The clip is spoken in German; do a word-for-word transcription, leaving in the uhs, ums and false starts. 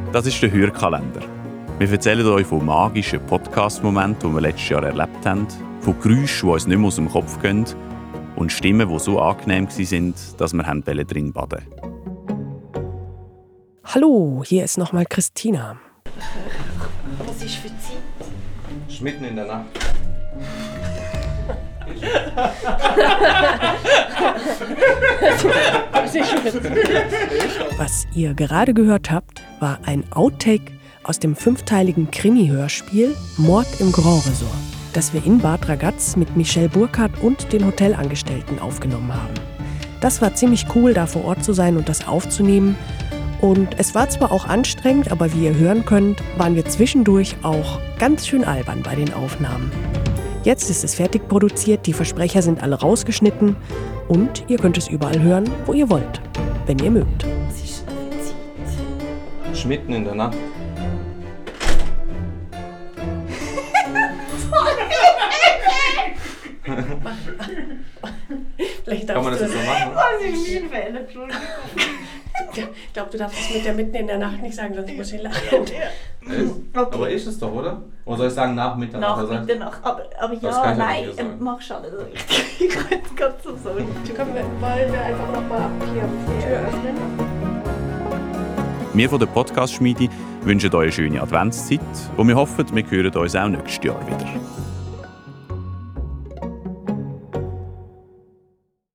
Das ist der Hörkalender. Wir erzählen euch von magischen Podcast-Momenten, die wir letztes Jahr erlebt haben, von Geräuschen, die uns nicht mehr aus dem Kopf gehen und Stimmen, die so angenehm waren, dass wir drin baden wollten. Hallo, hier ist nochmal Christina. Was ist für Zeit? Es ist mitten in der Nacht. Was ihr gerade gehört habt, war ein Outtake aus dem fünfteiligen Krimi-Hörspiel Mord im Grand Resort, das wir in Bad Ragaz mit Michelle Burkhardt und den Hotelangestellten aufgenommen haben. Das war ziemlich cool, da vor Ort zu sein und das aufzunehmen. Und es war zwar auch anstrengend, aber wie ihr hören könnt, waren wir zwischendurch auch ganz schön albern bei den Aufnahmen. Jetzt ist es fertig produziert, die Versprecher sind alle rausgeschnitten und ihr könnt es überall hören, wo ihr wollt, wenn ihr mögt. Was ist für Zeit? Es ist mitten in der Nacht. Vielleicht Kann man das jetzt so machen? Was ist mein Fehler? Entschuldigung. Ich glaube, du darfst es mit der mitten in der Nacht nicht sagen, sonst muss ich lachen. Ist? Aber ist es doch, oder? Oder soll ich sagen nach Mitternacht? Nach Mitternacht. Aber, aber Das ja, kann ich ja nein, nicht sagen. ähm, machst du alles richtig. Ich könnte gerade so so. Können wir, wollen wir einfach nochmal ab hier die Tür öffnen? Wir von der Podcast-Schmiede wünschen euch eine schöne Adventszeit und wir hoffen, wir hören uns auch nächstes Jahr wieder.